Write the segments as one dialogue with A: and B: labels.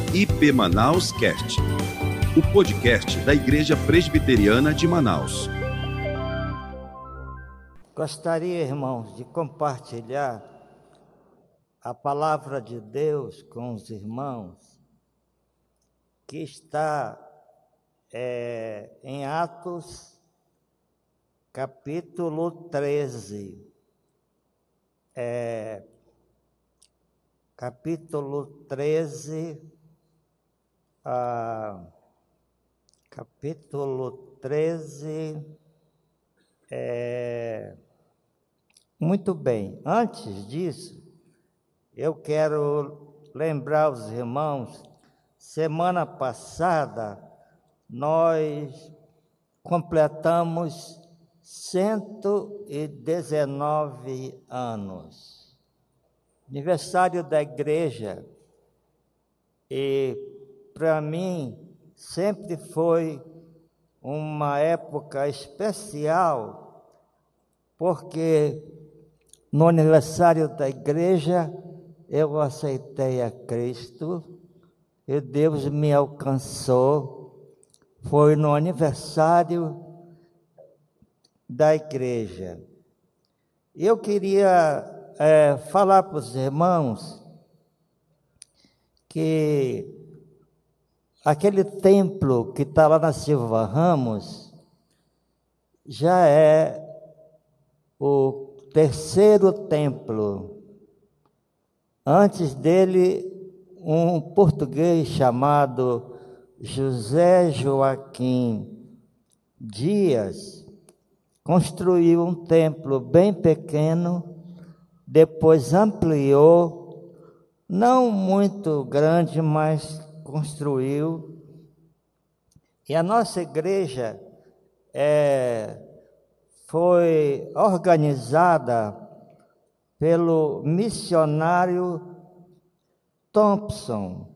A: IP Manaus Cast, o podcast da Igreja Presbiteriana de Manaus.
B: Gostaria, irmãos, de compartilhar a palavra de Deus com os irmãos, que está em Atos, capítulo 13. Capítulo 13, muito bem. Antes disso, eu quero lembrar os irmãos, semana passada nós completamos 119 anos. Aniversário da igreja, e para mim sempre foi uma época especial, porque no aniversário da igreja eu aceitei a Cristo e Deus me alcançou. Foi no aniversário da igreja. Eu queria falar para os irmãos que aquele templo que está lá na Silva Ramos já é o terceiro templo. Antes dele, um português chamado José Joaquim Dias construiu um templo bem pequeno, depois ampliou, não muito grande, mas construiu. E a nossa igreja foi organizada pelo missionário Thompson.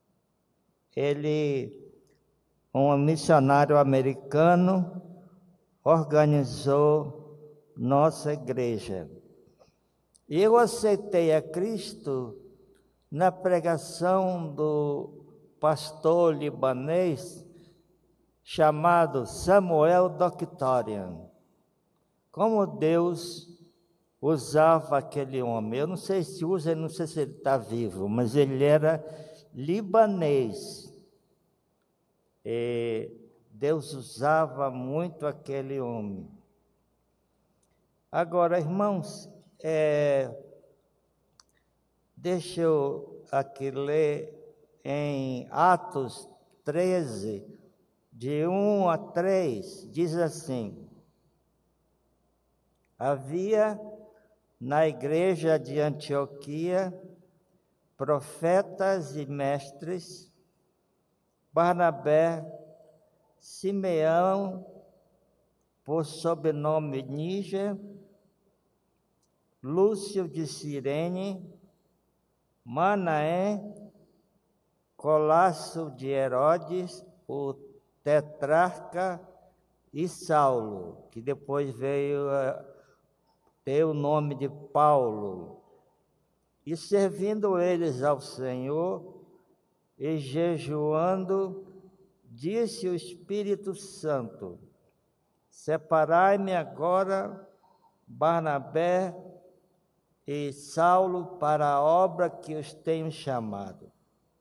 B: Ele, um missionário americano, organizou nossa igreja. E eu aceitei a Cristo na pregação do pastor libanês chamado Samuel Doctorian. Como Deus usava aquele homem. Eu não sei se usa, não sei se ele está vivo, mas ele era libanês. E Deus usava muito aquele homem. Agora, irmãos, deixa eu aqui ler em Atos 13, de 1 a 3, diz assim: havia na igreja de Antioquia profetas e mestres, Barnabé, Simeão, por sobrenome Níger, Lúcio de Cirene, Manaém, Colasso de Herodes, o tetrarca, e Saulo, que depois veio a ter o nome de Paulo. E servindo eles ao Senhor e jejuando, disse o Espírito Santo: separai-me agora Barnabé e Saulo para a obra que os tenho chamado.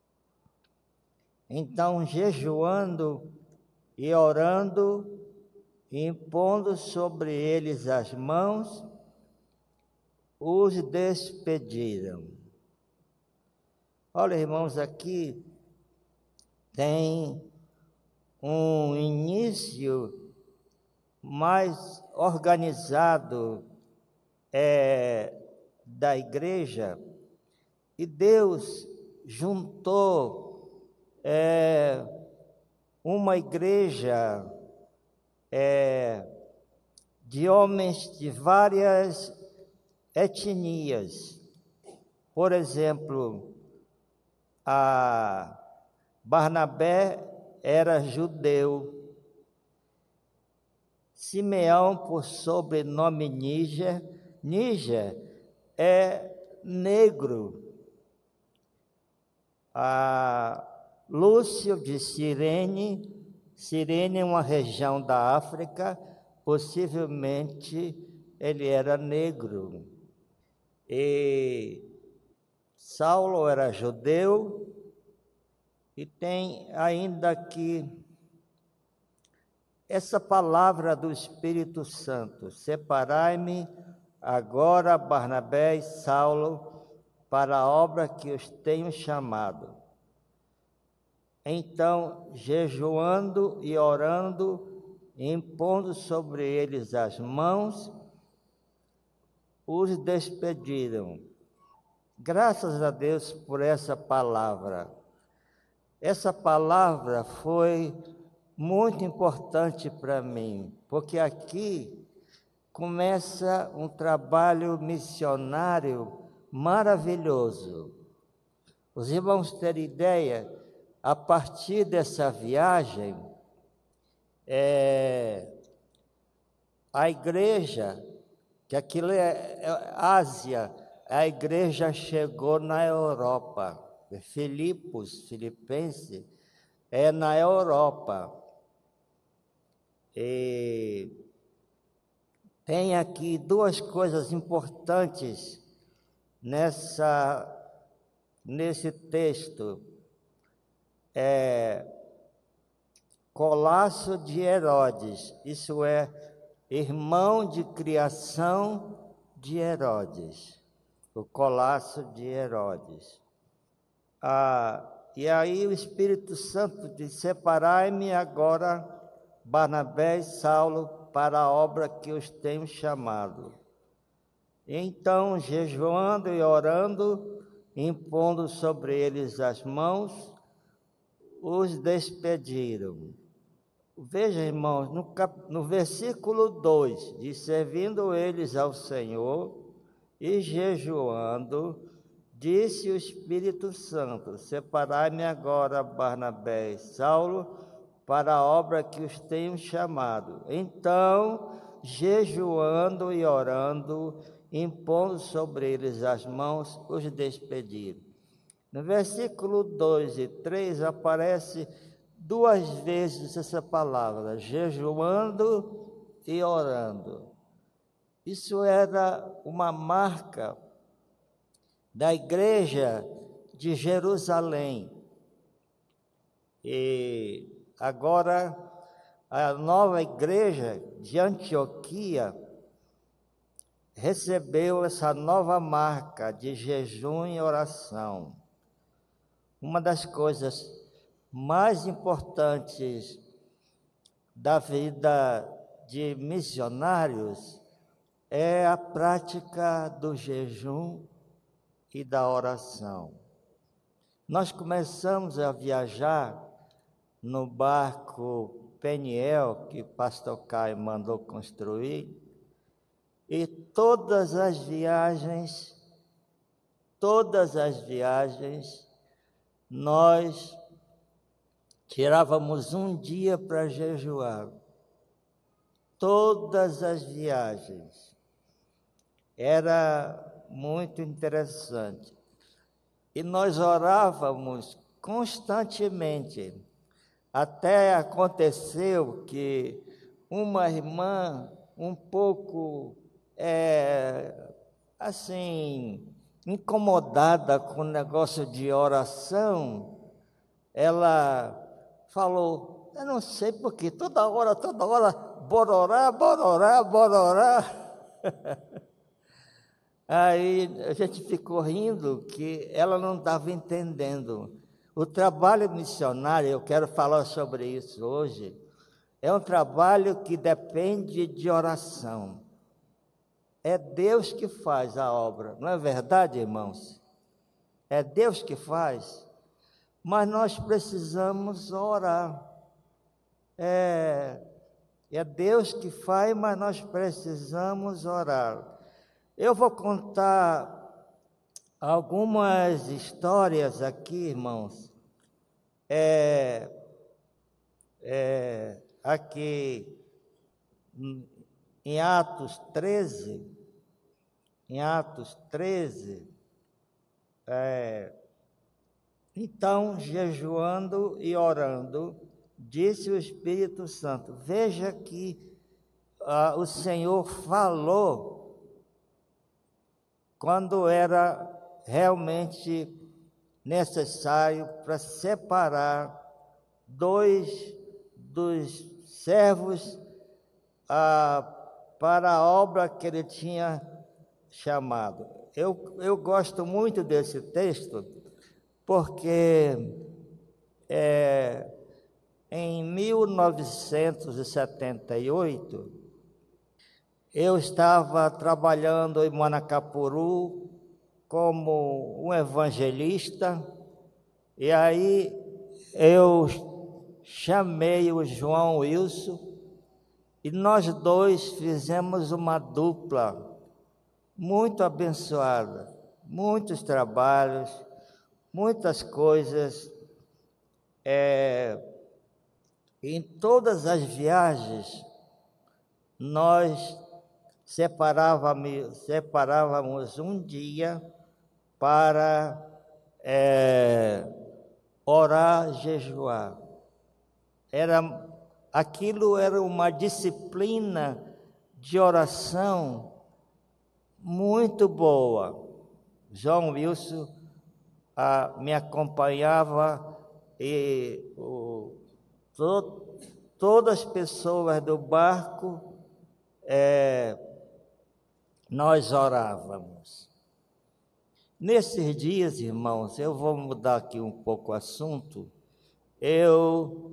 B: Então, jejuando e orando, e impondo sobre eles as mãos, os despediram. Olha, irmãos, aqui tem um início mais organizado da igreja, e Deus juntou uma igreja de homens de várias etnias. Por exemplo, a Barnabé era judeu, Simeão, por sobrenome Níger é negro. Lúcio de Cirene. Cirene é uma região da África, possivelmente ele era negro. E Saulo era judeu, e tem ainda aqui essa palavra do Espírito Santo: separai-me agora, Barnabé e Saulo, para a obra que os tenho chamado. Então, jejuando e orando, impondo sobre eles as mãos, os despediram. Graças a Deus por essa palavra. Essa palavra foi muito importante para mim, porque aqui começa um trabalho missionário maravilhoso. Os irmãos terem ideia, a partir dessa viagem, a igreja, que aquilo é Ásia, a igreja chegou na Europa. Filipenses, é na Europa. E tem aqui duas coisas importantes nesse texto. Colasso de Herodes, isso é, irmão de criação de Herodes, o Colasso de Herodes. E aí o Espírito Santo diz: separai-me agora, Barnabé e Saulo, para a obra que os tenho chamado. Então, jejuando e orando, impondo sobre eles as mãos, os despediram. Veja, irmãos, no versículo 2, diz: servindo eles ao Senhor e jejuando, disse o Espírito Santo: separai-me agora, Barnabé e Saulo, para a obra que os tenho chamado. Então, jejuando e orando, impondo sobre eles as mãos, os despediram. No versículo 2 e 3 aparece duas vezes essa palavra, jejuando e orando. Isso era uma marca da igreja de Jerusalém. E agora a nova igreja de Antioquia recebeu essa nova marca de jejum e oração. Uma das coisas mais importantes da vida de missionários é a prática do jejum e da oração. Nós começamos a viajar no barco Peniel, que o pastor Caio mandou construir, e todas as viagens, nós tirávamos um dia para jejuar. Todas as viagens. Era muito interessante. E nós orávamos constantemente. Até aconteceu que uma irmã, um pouco, incomodada com o negócio de oração, ela falou: eu não sei porque, toda hora, bora orar. Aí a gente ficou rindo que ela não estava entendendo. O trabalho missionário, eu quero falar sobre isso hoje, é um trabalho que depende de oração. É Deus que faz a obra, não é verdade, irmãos? É Deus que faz, mas nós precisamos orar. É Deus que faz, mas nós precisamos orar. Eu vou contar algumas histórias aqui, irmãos. Aqui em Atos 13, Então, jejuando e orando, disse o Espírito Santo: veja que o Senhor falou quando era realmente necessário para separar dois dos servos para a obra que ele tinha chamado. Eu gosto muito desse texto, porque em 1978, eu estava trabalhando em Manacapuru como um evangelista, e aí eu chamei o João Wilson, e nós dois fizemos uma dupla muito abençoada, muitos trabalhos, muitas coisas. Em todas as viagens, nós separávamos um dia para orar, jejuar. Aquilo era uma disciplina de oração muito boa. João Wilson me acompanhava e todas as pessoas do barco, nós orávamos. Nesses dias, irmãos, eu vou mudar aqui um pouco o assunto. Eu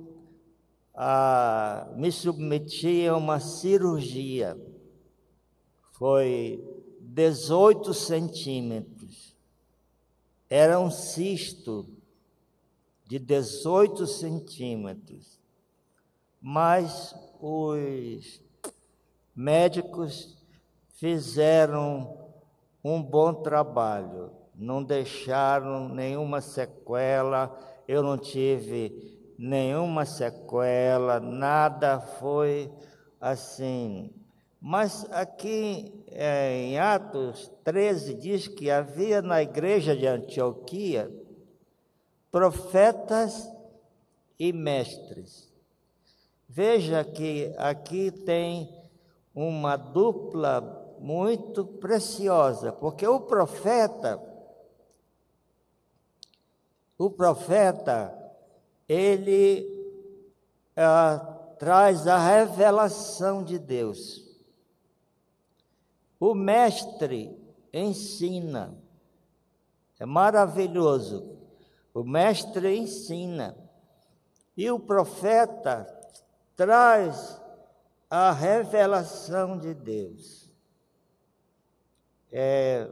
B: me submeti a uma cirurgia. Foi 18 centímetros. Era um cisto de 18 centímetros. Mas os médicos fizeram um bom trabalho, não deixaram nenhuma sequela, eu não tive nenhuma sequela, nada foi assim. Mas aqui em Atos 13 diz que havia na igreja de Antioquia profetas e mestres. Veja que aqui tem uma dupla muito preciosa, porque o profeta, ele traz a revelação de Deus. O mestre ensina, é maravilhoso. O mestre ensina e o profeta traz a revelação de Deus. É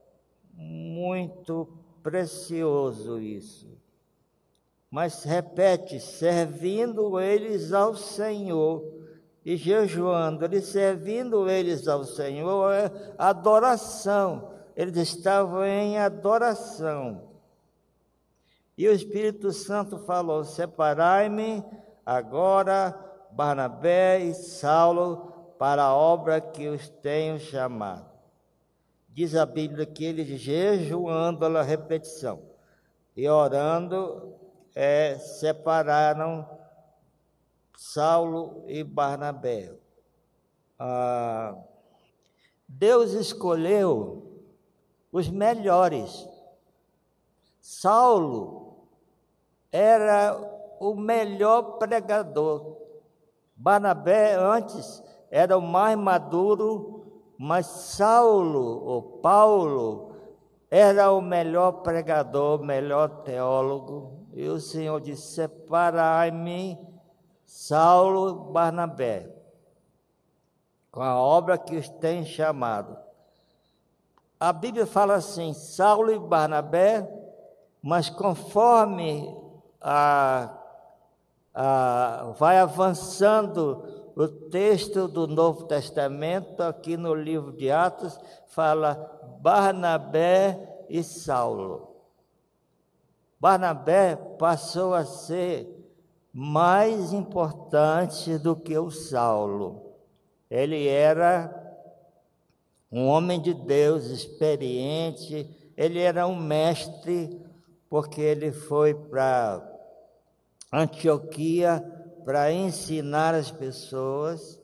B: muito precioso isso. Mas repete, servindo eles ao Senhor e jejuando, servindo eles ao Senhor é adoração. Eles estavam em adoração. E o Espírito Santo falou: separai-me agora Barnabé e Saulo para a obra que os tenho chamado. Diz a Bíblia que eles jejuando, a repetição, e orando, separaram Saulo e Barnabé. Deus escolheu os melhores. Saulo era o melhor pregador. Barnabé antes era o mais maduro, mas Saulo, ou Paulo, era o melhor pregador, o melhor teólogo. E o Senhor disse: separai-me Saulo e Barnabé, com a obra que os tem chamado. A Bíblia fala assim, Saulo e Barnabé, mas conforme vai avançando o texto do Novo Testamento, aqui no livro de Atos, fala Barnabé e Saulo. Barnabé passou a ser mais importante do que o Saulo. Ele era um homem de Deus experiente, ele era um mestre, porque ele foi para Antioquia para ensinar as pessoas.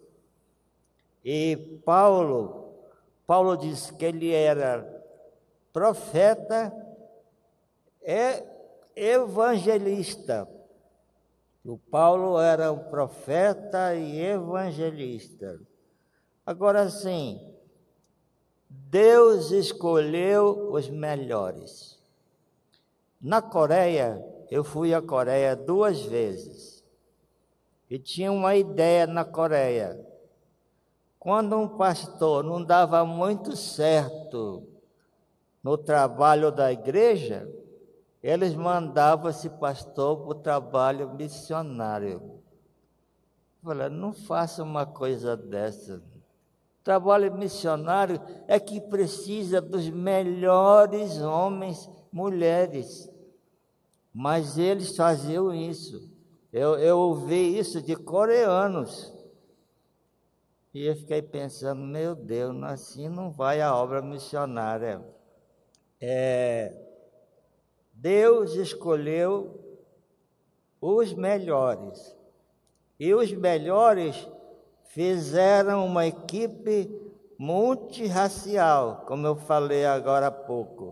B: E Paulo disse que ele era profeta e evangelista. O Paulo era um profeta e evangelista. Agora sim, Deus escolheu os melhores. Na Coreia, eu fui à Coreia 2 vezes. E tinha uma ideia na Coreia. Quando um pastor não dava muito certo no trabalho da igreja, eles mandavam esse pastor para o trabalho missionário. Eu falei, não faça uma coisa dessa. Trabalho missionário é que precisa dos melhores homens, mulheres. Mas eles faziam isso. Eu ouvi isso de coreanos. E eu fiquei pensando, meu Deus, assim não vai a obra missionária. Deus escolheu os melhores. E os melhores fizeram uma equipe multirracial, como eu falei agora há pouco.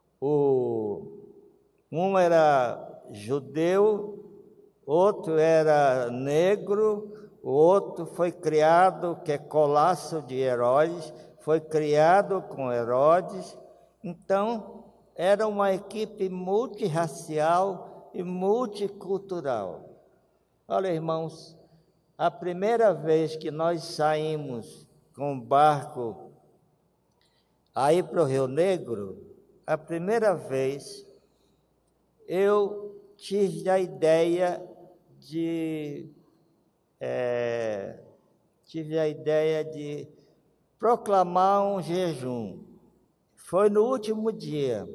B: Um era judeu, outro era negro, o outro foi criado, que é Colasso de Herodes, foi criado com Herodes. Então, era uma equipe multirracial e multicultural. Olha, irmãos, a primeira vez que nós saímos com o barco aí para o Rio Negro, a primeira vez eu tive a ideia de proclamar um jejum. Foi no último dia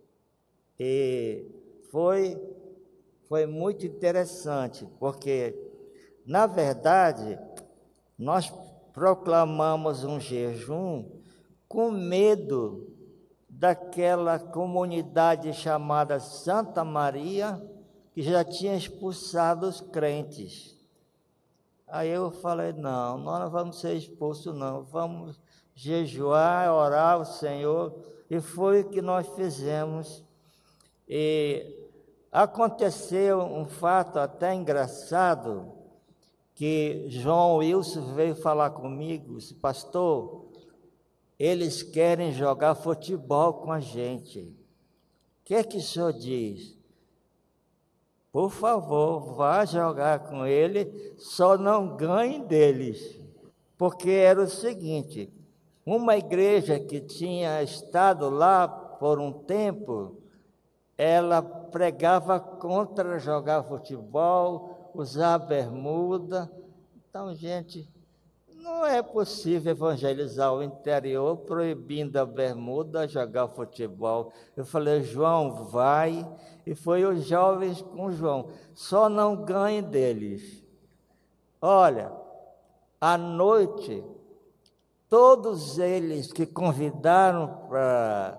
B: e foi muito interessante, porque, na verdade, nós proclamamos um jejum com medo daquela comunidade chamada Santa Maria, que já tinha expulsado os crentes. Aí eu falei, não, nós não vamos ser expulsos não, vamos jejuar, orar ao Senhor, e foi o que nós fizemos. E aconteceu um fato até engraçado, que João Wilson veio falar comigo, disse, pastor, eles querem jogar futebol com a gente. O que é que o senhor diz? Por favor, vá jogar com ele, só não ganhe deles. Porque era o seguinte, uma igreja que tinha estado lá por um tempo, ela pregava contra jogar futebol, usar bermuda. Então, gente, não é possível evangelizar o interior proibindo a bermuda, jogar futebol. Eu falei, João, vai. E foi os jovens com João. Só não ganhe deles. Olha, à noite, todos eles que convidaram para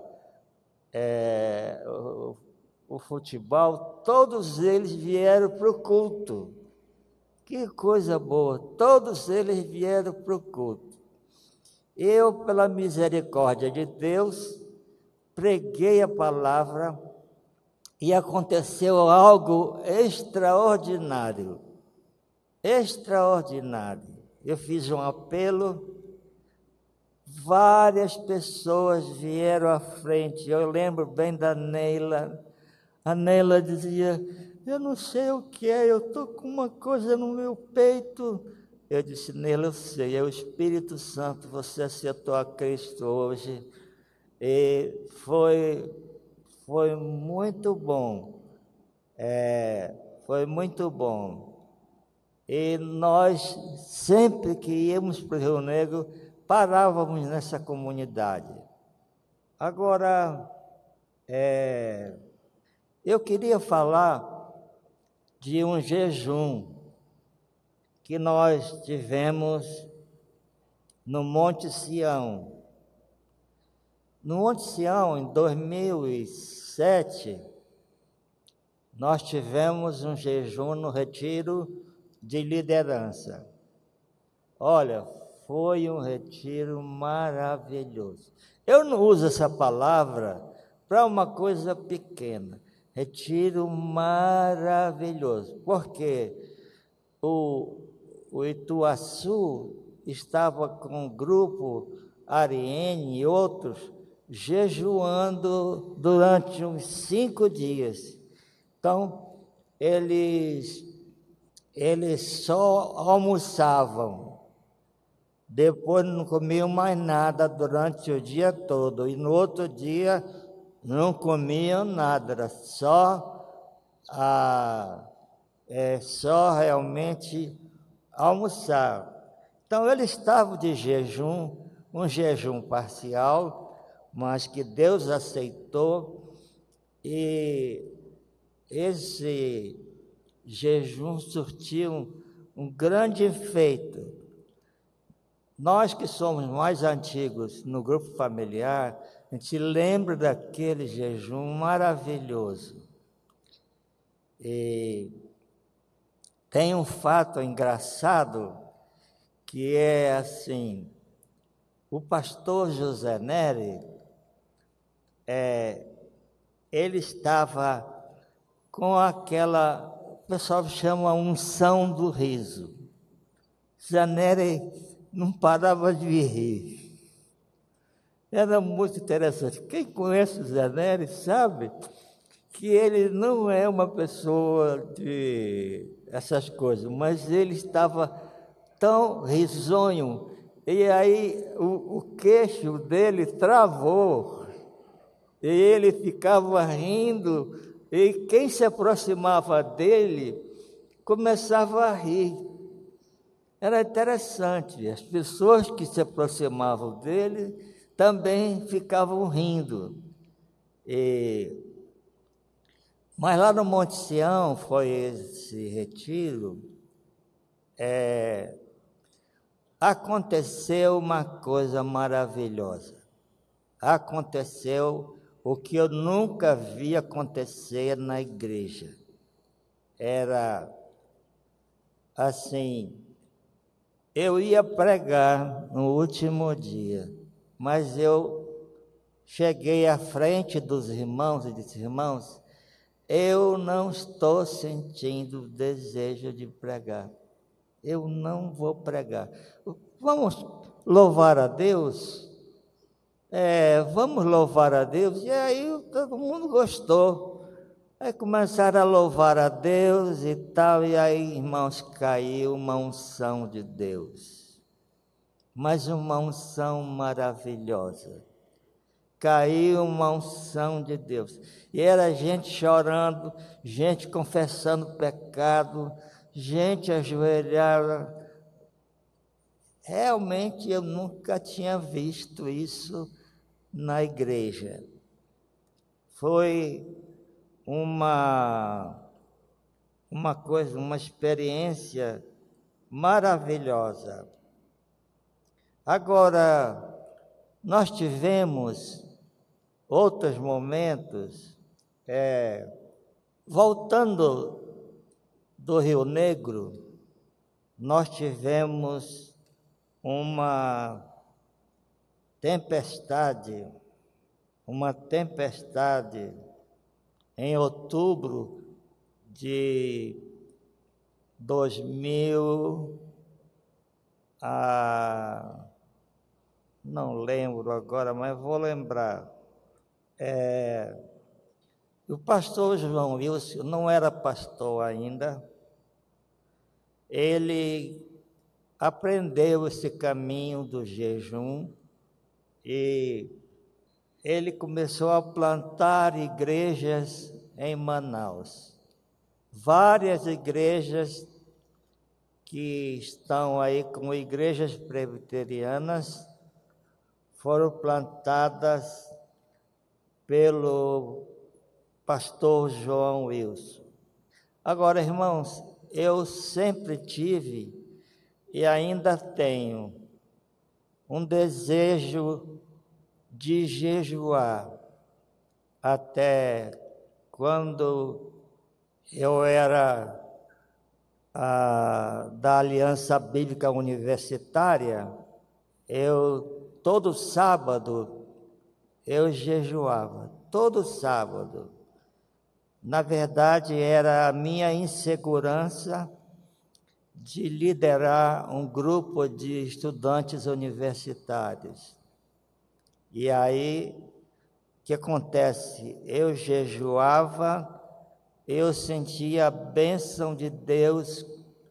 B: o futebol, todos eles vieram para o culto. Que coisa boa, todos eles vieram para o culto. Eu, pela misericórdia de Deus, preguei a palavra e aconteceu algo extraordinário. Extraordinário. Eu fiz um apelo, várias pessoas vieram à frente. Eu lembro bem da Neila. A Neila dizia, eu não sei o que é, eu estou com uma coisa no meu peito. Eu disse, Neila, eu sei, é o Espírito Santo, você aceitou a Cristo hoje. E foi muito bom. Foi muito bom. E nós, sempre que íamos para o Rio Negro, parávamos nessa comunidade. Agora, eu queria falar de um jejum que nós tivemos no Monte Sião. No Monte Sião, em 2007, nós tivemos um jejum no retiro de liderança. Olha, foi um retiro maravilhoso. Eu não uso essa palavra para uma coisa pequena. Retiro maravilhoso, porque o Ituaçu estava com o grupo Ariene e outros jejuando durante uns 5 dias. Então, eles só almoçavam, depois não comiam mais nada durante o dia todo, e no outro dia não comiam nada, era só realmente almoçar. Então, eles estavam de jejum, um jejum parcial, mas que Deus aceitou, e esse jejum surtiu um grande efeito. Nós que somos mais antigos no grupo familiar, a gente lembra daquele jejum maravilhoso. E tem um fato engraçado, que é assim: o pastor José Nery, ele estava com aquela, o pessoal chama unção do riso. José Nery não parava de rir. Era muito interessante. Quem conhece o José Nery sabe que ele não é uma pessoa de essas coisas, mas ele estava tão risonho, e aí o queixo dele travou, e ele ficava rindo, e quem se aproximava dele começava a rir. Era interessante, as pessoas que se aproximavam dele também ficavam rindo. Mas lá no Monte Sião, foi esse retiro, aconteceu uma coisa maravilhosa. Aconteceu o que eu nunca vi acontecer na igreja. Era assim, eu ia pregar no último dia, mas eu cheguei à frente dos irmãos e disse: irmãos, eu não estou sentindo desejo de pregar. Eu não vou pregar. Vamos louvar a Deus? Vamos louvar a Deus. E aí todo mundo gostou. Aí começaram a louvar a Deus e tal. E aí, irmãos, caiu uma unção de Deus. Mas uma unção maravilhosa. Caiu uma unção de Deus. E era gente chorando, gente confessando pecado, gente ajoelhada. Realmente eu nunca tinha visto isso na igreja. Foi uma coisa, uma experiência maravilhosa. Agora, nós tivemos outros momentos, voltando do Rio Negro, nós tivemos uma tempestade em outubro de 2000, não lembro agora, mas vou lembrar. O pastor João Wilson não era pastor ainda. Ele aprendeu esse caminho do jejum e ele começou a plantar igrejas em Manaus. Várias igrejas que estão aí como igrejas presbiterianas foram plantadas pelo pastor João Wilson. Agora, irmãos, eu sempre tive e ainda tenho um desejo de jejuar até quando Eu era da Aliança Bíblica Universitária. Todo sábado, eu jejuava, todo sábado. Na verdade, era a minha insegurança de liderar um grupo de estudantes universitários. E aí, o que acontece? Eu jejuava, eu sentia a bênção de Deus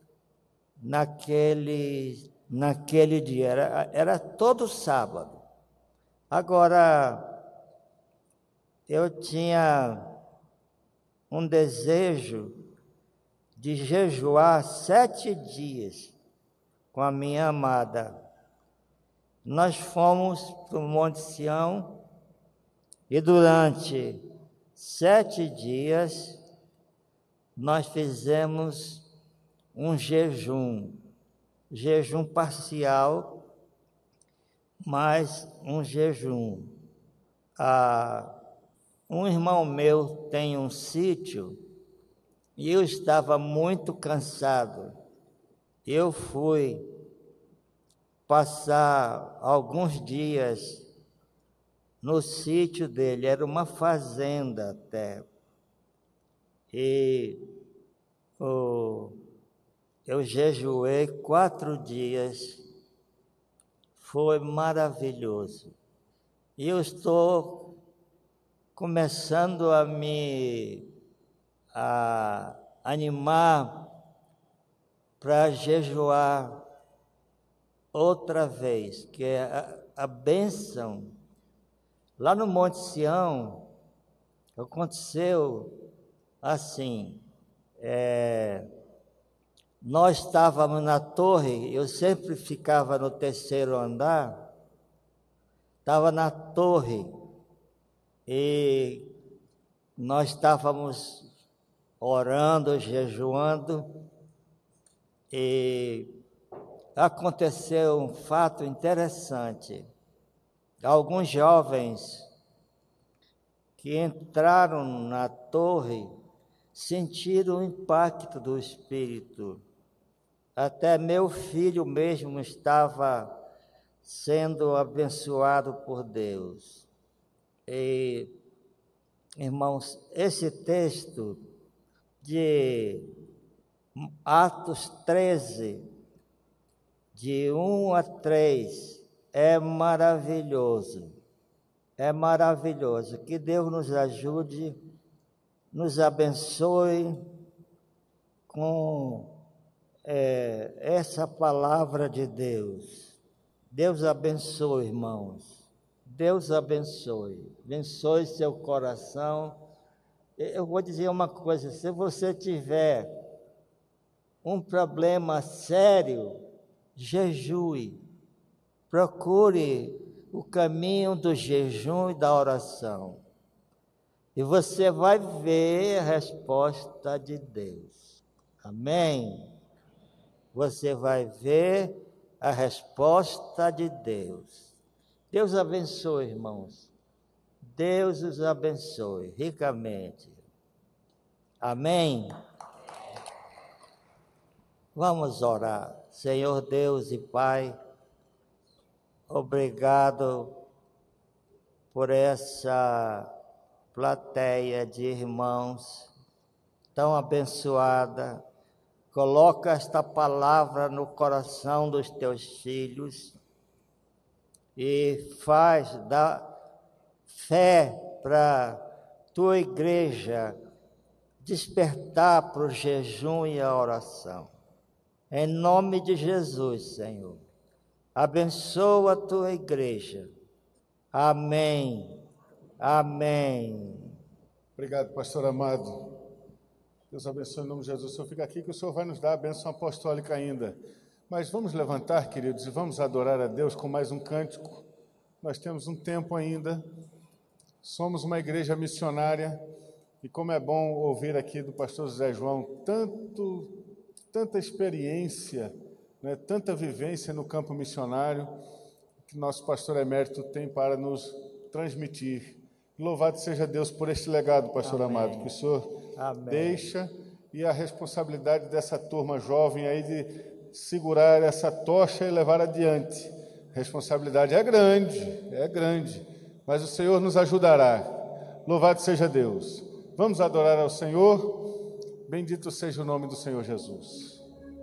B: naquele dia, era todo sábado. Agora, eu tinha um desejo de jejuar 7 dias com a minha amada. Nós fomos para o Monte Sião e durante 7 dias nós fizemos um jejum parcial, mas um jejum. Um irmão meu tem um sítio e eu estava muito cansado. Eu fui passar alguns dias no sítio dele, era uma fazenda até. E eu jejuei 4 dias, foi maravilhoso. E eu estou começando a me animar para jejuar outra vez, que é a bênção. Lá no Monte Sião, aconteceu assim, nós estávamos na torre, eu sempre ficava no 3º andar, estava na torre, e nós estávamos orando, jejuando, e aconteceu um fato interessante. Alguns jovens que entraram na torre sentiram o impacto do Espírito. Até meu filho mesmo estava sendo abençoado por Deus. E, irmãos, esse texto de Atos 13, de 1 a 3, é maravilhoso. É maravilhoso. Que Deus nos ajude, nos abençoe com essa palavra de Deus. Deus abençoe, irmãos. Deus abençoe. Abençoe seu coração. Eu vou dizer uma coisa: se você tiver um problema sério, jejue. Procure o caminho do jejum e da oração. E você vai ver a resposta de Deus. Amém? Você vai ver a resposta de Deus. Deus abençoe, irmãos. Deus os abençoe ricamente. Amém? Vamos orar. Senhor Deus e Pai, obrigado por essa plateia de irmãos tão abençoada. Coloca esta palavra no coração dos teus filhos e dá fé para tua igreja despertar para o jejum e a oração. Em nome de Jesus, Senhor, abençoa a tua igreja. Amém. Amém.
C: Obrigado, pastor amado. Deus abençoe em nome de Jesus. O senhor fica aqui que o senhor vai nos dar a bênção apostólica ainda. Mas vamos levantar, queridos, e vamos adorar a Deus com mais um cântico. Nós temos um tempo ainda. Somos uma igreja missionária. E como é bom ouvir aqui do pastor José João tanta experiência, né, tanta vivência no campo missionário que nosso pastor emérito tem para nos transmitir. Louvado seja Deus por este legado, pastor amado, que o senhor deixa e a responsabilidade dessa turma jovem aí de segurar essa tocha e levar adiante. A responsabilidade é grande, mas o Senhor nos ajudará. Louvado seja Deus. Vamos adorar ao Senhor. Bendito seja o nome do Senhor Jesus.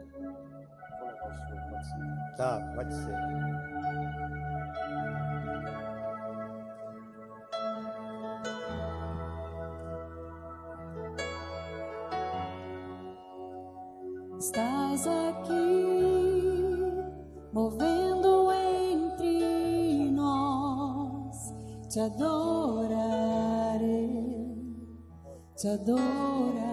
B: Tá, pode ser.
D: Estás aqui, movendo entre nós, te adorarei, te adorarei.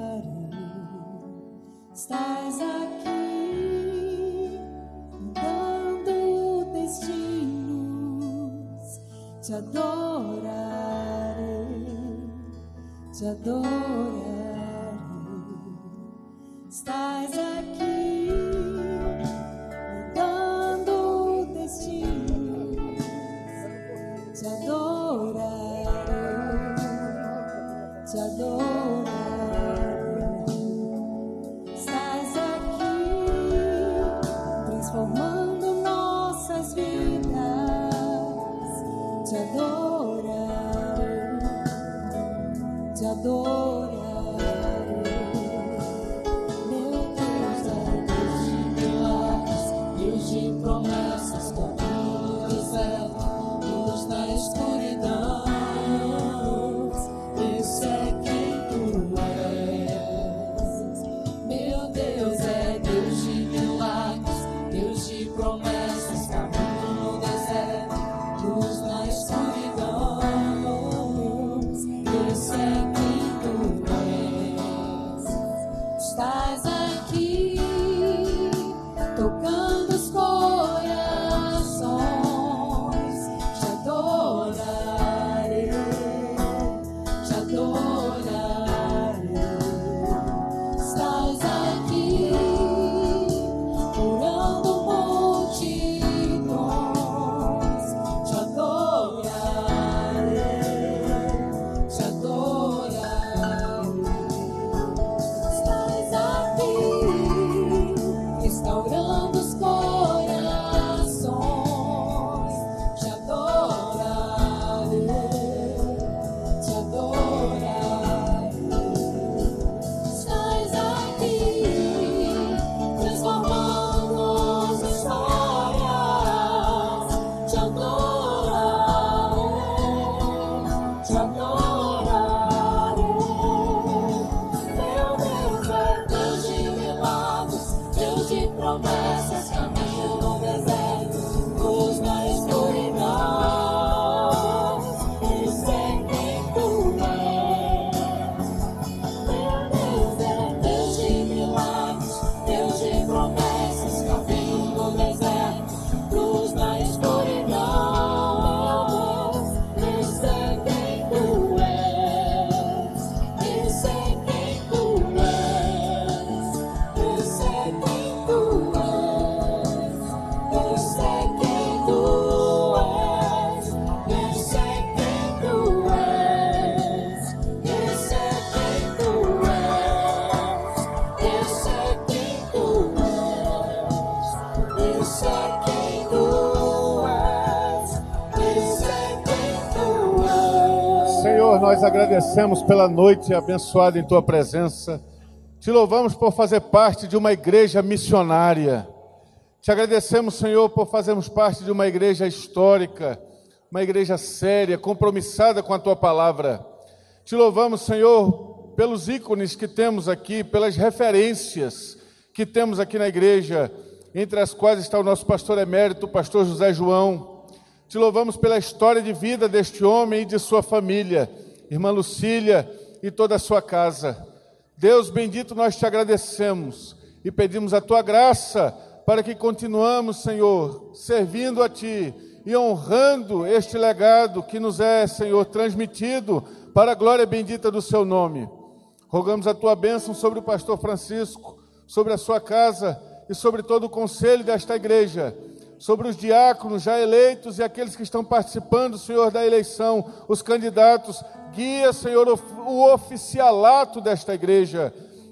D: Estás aqui, mudando destinos, te adorarei, te adorarei. Estás aqui, mudando destinos, te adorarei, te adorarei. Estás aqui, transformando nossas vidas, te adorarei, te adorarei.
E: Promessas, caminho deserto, luz na escuridão. Esse é quem tu és. Meu Deus é Deus de milagres, Deus de promessas, caminho no deserto, luz na escuridão. Esse é quem tu és. Estás aqui, tocando os corações, te adorarei, te adorarei. Estás aqui, curando multidões, te adorarei, te adorarei. Estás aqui, restaurando os corações, te adorarei, te adorarei. Estás aqui, transformando as histórias, te adorarei, te adorarei. Meu Deus é Deus de milagres, Deus de promessas, caminho no deserto, luz na escuridão. Esse é quem tu és. Meu Deus é Deus de milagres, Deus de promessas, caminho no deserto, luz na escuridão. Esse é quem tu és. Esse é quem tu és. Esse é quem tu és. Esse é quem tu és. Esse é quem tu és. Esse é quem tu és. Esse é quem tu és. Esse é quem tu és. Esse é quem tu és.
C: Senhor, nós agradecemos pela noite abençoada em Tua presença. Te louvamos por fazer parte de uma igreja missionária. Te agradecemos, Senhor, por fazermos parte de uma igreja histórica, uma igreja séria, compromissada com a Tua palavra. Te louvamos, Senhor, pelos ícones que temos aqui, pelas referências que temos aqui na igreja, entre as quais está o nosso pastor emérito, o pastor José João. Te louvamos pela história de vida deste homem e de sua família, irmã Lucília e toda a sua casa. Deus bendito, nós te agradecemos e pedimos a Tua graça para que continuamos, Senhor, servindo a Ti e honrando este legado que nos é, Senhor, transmitido para a glória bendita do Seu nome. Rogamos a Tua bênção sobre o pastor Francisco, sobre a sua casa e sobre todo o conselho desta igreja, sobre os diáconos já eleitos e aqueles que estão participando, Senhor, da eleição, os candidatos. Guia, Senhor, o oficialato desta igreja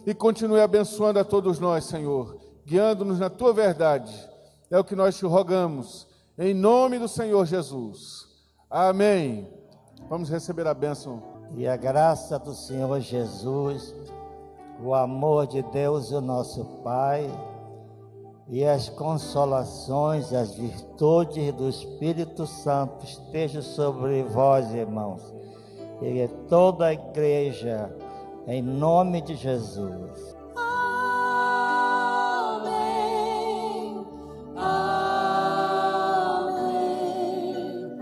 C: e continue abençoando a todos nós, Senhor, guiando-nos na tua verdade. É o que nós te rogamos, em nome do Senhor Jesus. Amém. Vamos receber a bênção.
B: E a graça do Senhor Jesus, o amor de Deus, o nosso Pai, e as consolações, as virtudes do Espírito Santo estejam sobre vós, irmãos, e toda a igreja, em nome de Jesus.
D: Amém. Amém.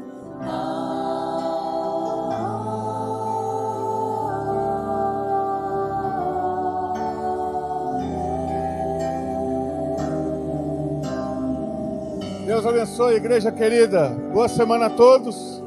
C: Deus abençoe, igreja querida. Boa semana a todos.